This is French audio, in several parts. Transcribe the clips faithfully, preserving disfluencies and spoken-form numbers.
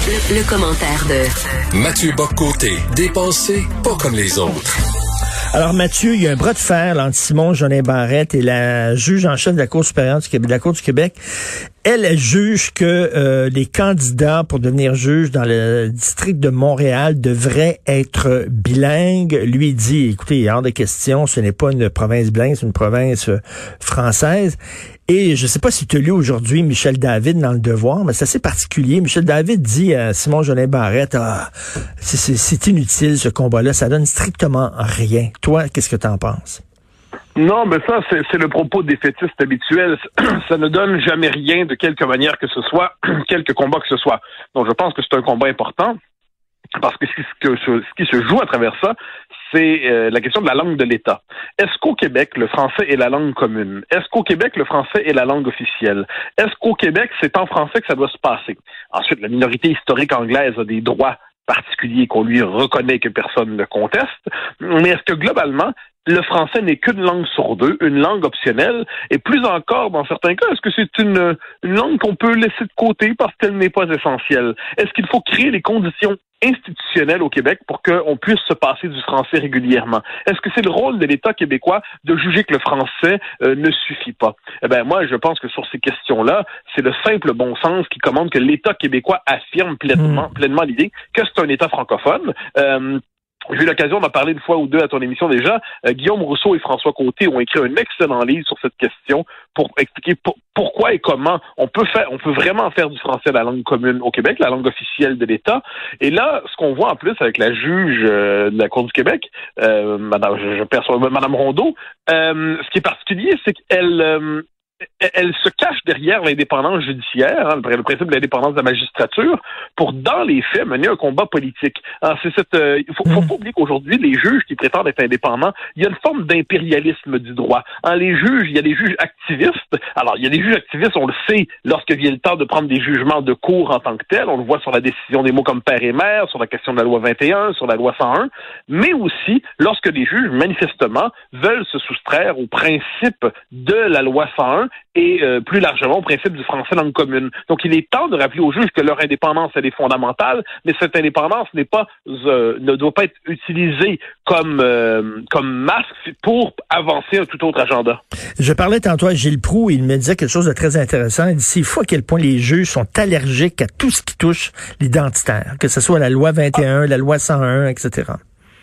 Le, le commentaire de Mathieu Bock-Côté, dépensé pas comme les autres. Alors Mathieu, il y a un bras de fer là, entre Simon Jolin Barrette et la juge en chef de la Cour supérieure du Québec, de la Cour du Québec. Elle, elle juge que euh, les candidats pour devenir juge dans le district de Montréal devraient être bilingues. Lui, il dit, écoutez, il est hors de question, ce n'est pas une province bilingue, c'est une province euh, française. Et je ne sais pas si tu as lu aujourd'hui Michel David dans Le Devoir, mais c'est assez particulier. Michel David dit à Simon Jolin Barrette, ah, c'est, c'est, c'est inutile ce combat-là, ça donne strictement rien. Toi, qu'est-ce que tu en penses? Non, mais ça, c'est, c'est le propos défaitiste habituel. Ça ne donne jamais rien de quelque manière que ce soit, quelque combat que ce soit. Donc, je pense que c'est un combat important, parce que ce, que, ce, ce qui se joue à travers ça, c'est euh, la question de la langue de l'État. Est-ce qu'au Québec, le français est la langue commune? Est-ce qu'au Québec, le français est la langue officielle? Est-ce qu'au Québec, c'est en français que ça doit se passer? Ensuite, la minorité historique anglaise a des droits particuliers qu'on lui reconnaît et que personne ne conteste. Mais est-ce que globalement, le français n'est qu'une langue sur deux, une langue optionnelle, et plus encore, dans certains cas, est-ce que c'est une, une langue qu'on peut laisser de côté parce qu'elle n'est pas essentielle? Est-ce qu'il faut créer les conditions institutionnelles au Québec pour qu'on puisse se passer du français régulièrement? Est-ce que c'est le rôle de l'État québécois de juger que le français euh, ne suffit pas? Eh ben moi, je pense que sur ces questions-là, c'est le simple bon sens qui commande que l'État québécois affirme pleinement, mmh. pleinement l'idée que c'est un État francophone. Euh, J'ai eu l'occasion d'en parler une fois ou deux à ton émission déjà. Euh, Guillaume Rousseau et François Côté ont écrit un excellent livre sur cette question pour expliquer pour, pourquoi et comment on peut faire, on peut vraiment faire du français la langue commune au Québec, la langue officielle de l'État. Et là, ce qu'on voit en plus avec la juge euh, de la Cour du Québec, euh, Madame, je, je perçois Madame Rondeau, euh, ce qui est particulier, c'est qu'elle euh, elle se cache derrière l'indépendance judiciaire, hein, le principe de l'indépendance de la magistrature, pour, dans les faits, mener un combat politique. Alors, c'est cette, euh, il faut, faut pas oublier qu'aujourd'hui, les juges qui prétendent être indépendants, il y a une forme d'impérialisme du droit. Hein, les juges, il y a des juges activistes. Alors, il y a des juges activistes, on le sait, lorsque vient le temps de prendre des jugements de cour en tant que tel. On le voit sur la décision des mots comme père et mère, sur la question de la loi vingt et un, sur la loi cent un, mais aussi lorsque les juges, manifestement, veulent se soustraire au principe de la loi cent un et euh, plus largement au principe du français langue commune. Donc, il est temps de rappeler aux juges que leur indépendance, elle est fondamentale, mais cette indépendance n'est pas, euh, ne doit pas être utilisée comme euh, comme masque pour avancer un tout autre agenda. Je parlais tantôt à Gilles Proulx, il me disait quelque chose de très intéressant. Il dit, c'est fou à quel point les juges sont allergiques à tout ce qui touche l'identitaire, que ce soit la loi vingt et un, ah. la loi cent un, et cetera.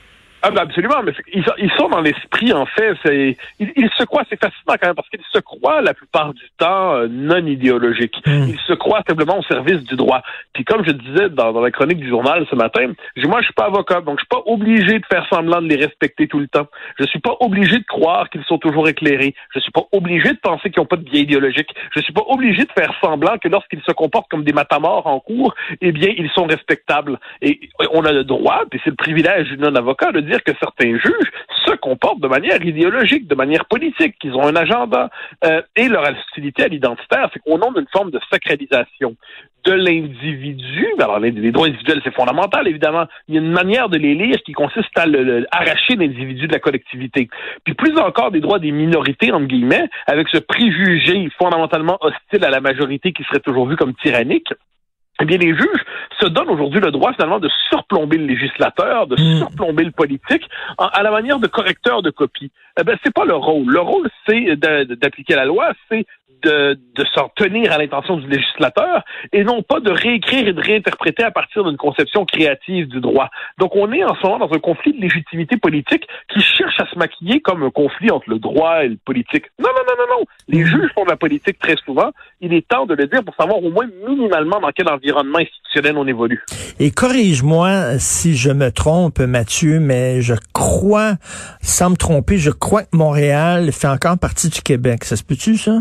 Ah ben absolument, mais ils, ils sont dans l'esprit, en fait, c'est, ils, ils se croient, c'est fascinant quand même, parce qu'ils se croient la plupart du temps euh, non idéologiques. Mmh. Ils se croient simplement au service du droit. Puis comme je disais dans, dans la chronique du journal ce matin, je, moi je suis pas avocat, donc je suis pas obligé de faire semblant de les respecter tout le temps. Je suis pas obligé de croire qu'ils sont toujours éclairés. Je suis pas obligé de penser qu'ils n'ont pas de biais idéologique. Je suis pas obligé de faire semblant que lorsqu'ils se comportent comme des matamores en cours, eh bien ils sont respectables. Et on a le droit, puis c'est le privilège du non-avocat de dire que certains juges se comportent de manière idéologique, de manière politique, qu'ils ont un agenda. Euh, et leur hostilité à l'identitaire, c'est qu'au nom d'une forme de sacralisation de l'individu, alors les, les droits individuels, c'est fondamental, évidemment, il y a une manière de les lire qui consiste à le, le, arracher l'individu de la collectivité. Puis plus encore des droits des minorités, entre guillemets, avec ce préjugé fondamentalement hostile à la majorité qui serait toujours vu comme tyrannique. Eh bien, les juges se donnent aujourd'hui le droit, finalement, de surplomber le législateur, de mmh. surplomber le politique, en, à la manière de correcteur de copie. Eh bien, c'est pas leur rôle. Leur rôle, c'est de, de, d'appliquer la loi, c'est de, de s'en tenir à l'intention du législateur et non pas de réécrire et de réinterpréter à partir d'une conception créative du droit. Donc, on est en ce moment dans un conflit de légitimité politique qui cherche à se maquiller comme un conflit entre le droit et le politique. Non, non, non, non, non. Les juges font de la politique très souvent. Il est temps de le dire pour savoir au moins minimalement dans quel environnement institutionnel on évolue. Et corrige-moi si je me trompe, Mathieu, mais je crois, sans me tromper, je crois que Montréal fait encore partie du Québec. Ça se peut-tu, ça?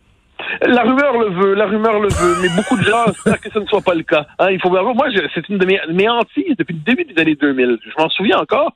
La rumeur le veut, la rumeur le veut, mais beaucoup de gens espèrent que ce ne soit pas le cas. Hein, il faut voir. Moi, je, c'est une de mes, mes hantises depuis le début des années deux mille. Je m'en souviens encore.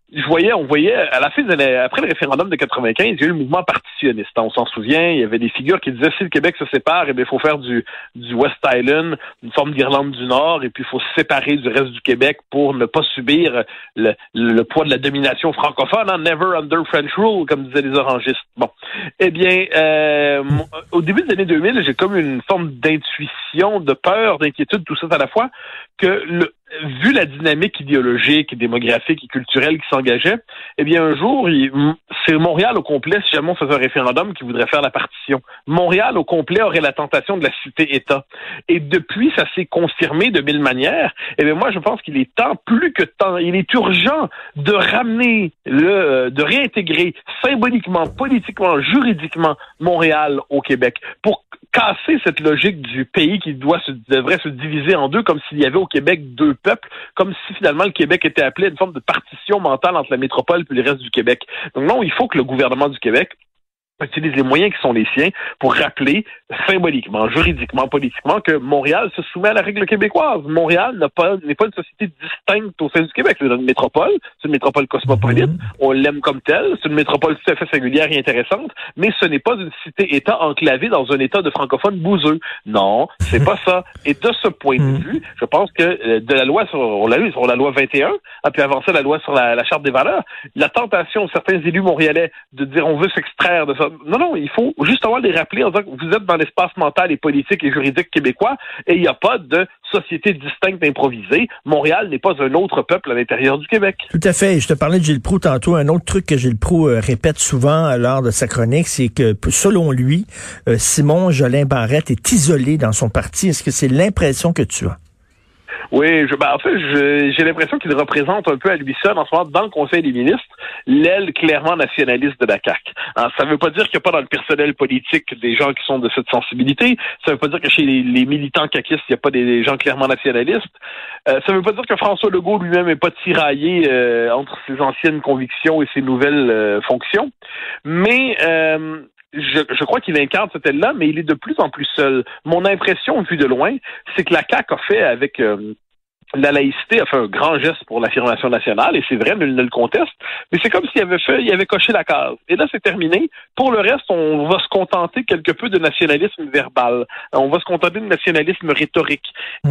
je voyais, on voyait, à la fin des années, après le référendum de quatre-vingt-quinze, il y a eu le mouvement partitionniste. On s'en souvient, il y avait des figures qui disaient si le Québec se sépare, eh bien, il faut faire du, du West Island, une forme d'Irlande du Nord, et puis il faut se séparer du reste du Québec pour ne pas subir le, le poids de la domination francophone, hein, never under French rule, comme disaient les orangistes. Bon. Eh bien, euh, au début des années deux mille, j'ai comme une forme d'intuition, de peur, d'inquiétude, tout ça à la fois, que le, vu la dynamique idéologique, démographique et culturelle qui s'engageait, eh bien, un jour, il, c'est Montréal au complet, si jamais on faisait un référendum qui voudrait faire la partition. Montréal au complet aurait la tentation de la cité-État. Et depuis, ça s'est confirmé de mille manières. Eh bien, moi, je pense qu'il est temps, plus que temps, il est urgent de ramener, le, de réintégrer symboliquement, politiquement, juridiquement Montréal au Québec pour casser cette logique du pays qui doit se, devrait se diviser en deux, comme s'il y avait au Québec deux peuples, comme si finalement le Québec était appelé à une forme de partition mentale entre la métropole et le reste du Québec. Donc non, il faut que le gouvernement du Québec utilise les moyens qui sont les siens pour rappeler symboliquement, juridiquement, politiquement que Montréal se soumet à la règle québécoise. Montréal n'a pas, n'est pas une société distincte au sein du Québec. C'est une métropole, c'est une métropole cosmopolite, on l'aime comme telle, c'est une métropole tout à fait singulière et intéressante, mais ce n'est pas une cité-État enclavée dans un État de francophones bouseux. Non, c'est pas ça. Et de ce point de vue, je pense que de la loi sur, on l'a eu sur la loi vingt et un, a puis avancé la loi sur la, la Charte des valeurs, la tentation de certains élus montréalais de dire on veut s'extraire de ça. Non, non, il faut justement les rappeler en disant que vous êtes dans l'espace mental et politique et juridique québécois et il n'y a pas de société distincte improvisée. Montréal n'est pas un autre peuple à l'intérieur du Québec. Tout à fait. Je te parlais de Gilles Proulx tantôt. Un autre truc que Gilles Proulx euh, répète souvent lors de sa chronique, c'est que selon lui, euh, Simon Jolin Barrette est isolé dans son parti. Est-ce que c'est l'impression que tu as? Oui, je, ben, en fait, je, j'ai l'impression qu'il représente un peu à lui seul, en ce moment, dans le Conseil des ministres, l'aile clairement nationaliste de la C A Q. Alors, ça ne veut pas dire qu'il n'y a pas dans le personnel politique des gens qui sont de cette sensibilité. Ça ne veut pas dire que chez les, les militants caquistes, il n'y a pas des, des gens clairement nationalistes. Euh, ça ne veut pas dire que François Legault lui-même n'est pas tiraillé euh, entre ses anciennes convictions et ses nouvelles euh, fonctions. Mais... Euh, Je, je crois qu'il incarne cette aile-là, mais il est de plus en plus seul. Mon impression, vue de loin, c'est que la C A Q a fait avec euh, la laïcité, a fait un grand geste pour l'affirmation nationale, et c'est vrai, nul ne le conteste, mais c'est comme s'il avait fait, il avait coché la case. Et là, c'est terminé. Pour le reste, on va se contenter quelque peu de nationalisme verbal. On va se contenter de nationalisme rhétorique. Mmh.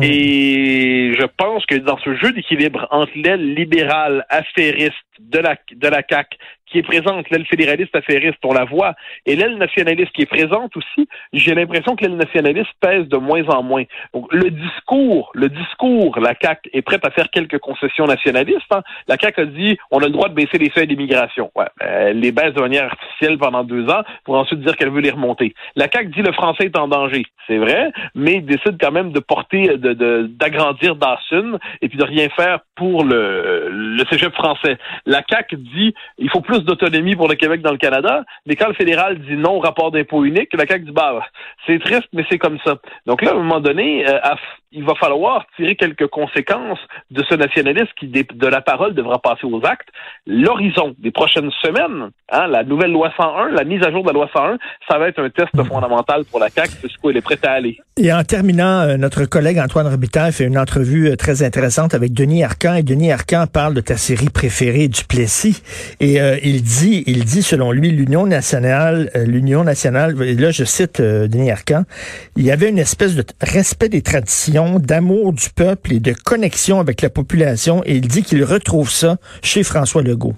Et je pense que dans ce jeu d'équilibre entre l'aile libérale, affairiste de la, de la C A Q, qui est présente, l'aile fédéraliste affairiste, on la voit, et l'aile nationaliste qui est présente aussi, j'ai l'impression que l'aile nationaliste pèse de moins en moins. Donc, le discours, le discours, la C A Q est prête à faire quelques concessions nationalistes. Hein. La C A Q a dit, on a le droit de baisser les seuils d'immigration. Ouais, euh, les baisse de manière artificielle pendant deux ans, pour ensuite dire qu'elle veut les remonter. La C A Q dit, le français est en danger. C'est vrai, mais décide quand même de porter, de, de, d'agrandir Dawson, et puis de rien faire pour le, le cégep français. La C A Q dit, il faut plus d'autonomie pour le Québec dans le Canada, mais quand le fédéral dit non au rapport d'impôt unique, la C A Q dit bah c'est triste, mais c'est comme ça. Donc là, à un moment donné, euh, il va falloir tirer quelques conséquences de ce nationalisme qui, de la parole, devra passer aux actes. L'horizon des prochaines semaines, hein, la nouvelle loi cent un, la mise à jour de la loi cent un, ça va être un test fondamental pour la C A Q, puisqu'elle est prête à aller. Et en terminant, euh, notre collègue Antoine Robitaille fait une entrevue euh, très intéressante avec Denis Arcand, et Denis Arcand parle de ta série préférée, Duplessis, et euh, il dit, il dit selon lui, l'Union nationale, euh, l'Union nationale, et là je cite euh, Denis Arcand, il y avait une espèce de respect des traditions, d'amour du peuple et de connexion avec la population, et il dit qu'il retrouve ça chez François Legault.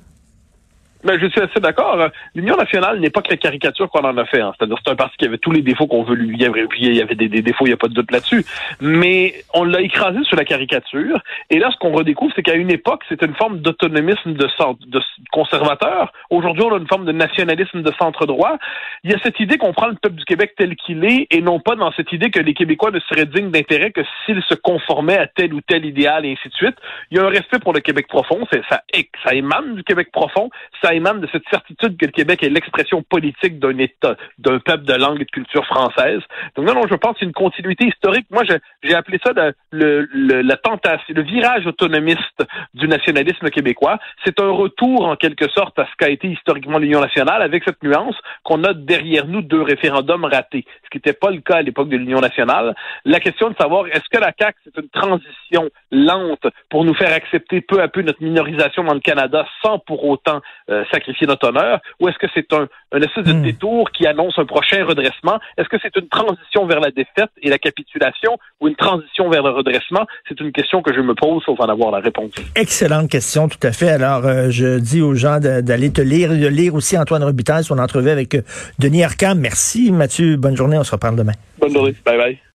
Mais je suis assez d'accord. L'Union nationale n'est pas que la caricature qu'on en a fait. Hein. C'est-à-dire c'est un parti qui avait tous les défauts qu'on veut lui. Il y avait, il y avait des, des défauts, il n'y a pas de doute là-dessus. Mais on l'a écrasé sur la caricature. Et là, ce qu'on redécouvre, c'est qu'à une époque, c'était une forme d'autonomisme de, centre, de conservateur. Aujourd'hui, on a une forme de nationalisme de centre-droit. Il y a cette idée qu'on prend le peuple du Québec tel qu'il est, et non pas dans cette idée que les Québécois ne seraient dignes d'intérêt que s'ils se conformaient à tel ou tel idéal, et ainsi de suite. Il y a un respect pour le Québec profond. C'est, ça, ça émane du Québec profond. Ça ça émane de cette certitude que le Québec est l'expression politique d'un État, d'un peuple de langue et de culture française. Donc non, non, je pense que c'est une continuité historique. Moi, je, j'ai appelé ça le, le, le, la tentation, le virage autonomiste du nationalisme québécois. C'est un retour, en quelque sorte, à ce qu'a été historiquement l'Union nationale, avec cette nuance qu'on a derrière nous deux référendums ratés, ce qui n'était pas le cas à l'époque de l'Union nationale. La question de savoir, est-ce que la C A Q, c'est une transition lente pour nous faire accepter peu à peu notre minorisation dans le Canada sans pour autant euh, sacrifier notre honneur, ou est-ce que c'est un, un espèce de détour qui annonce un prochain redressement? Est-ce que c'est une transition vers la défaite et la capitulation, ou une transition vers le redressement? C'est une question que je me pose, sauf en avoir la réponse. Excellente question, tout à fait. Alors, euh, je dis aux gens de, d'aller te lire, de lire aussi Antoine Robitaille, son entrevue avec euh, Denis Arcand. Merci, Mathieu. Bonne journée. On se reparle demain. Bonne journée. Bye bye.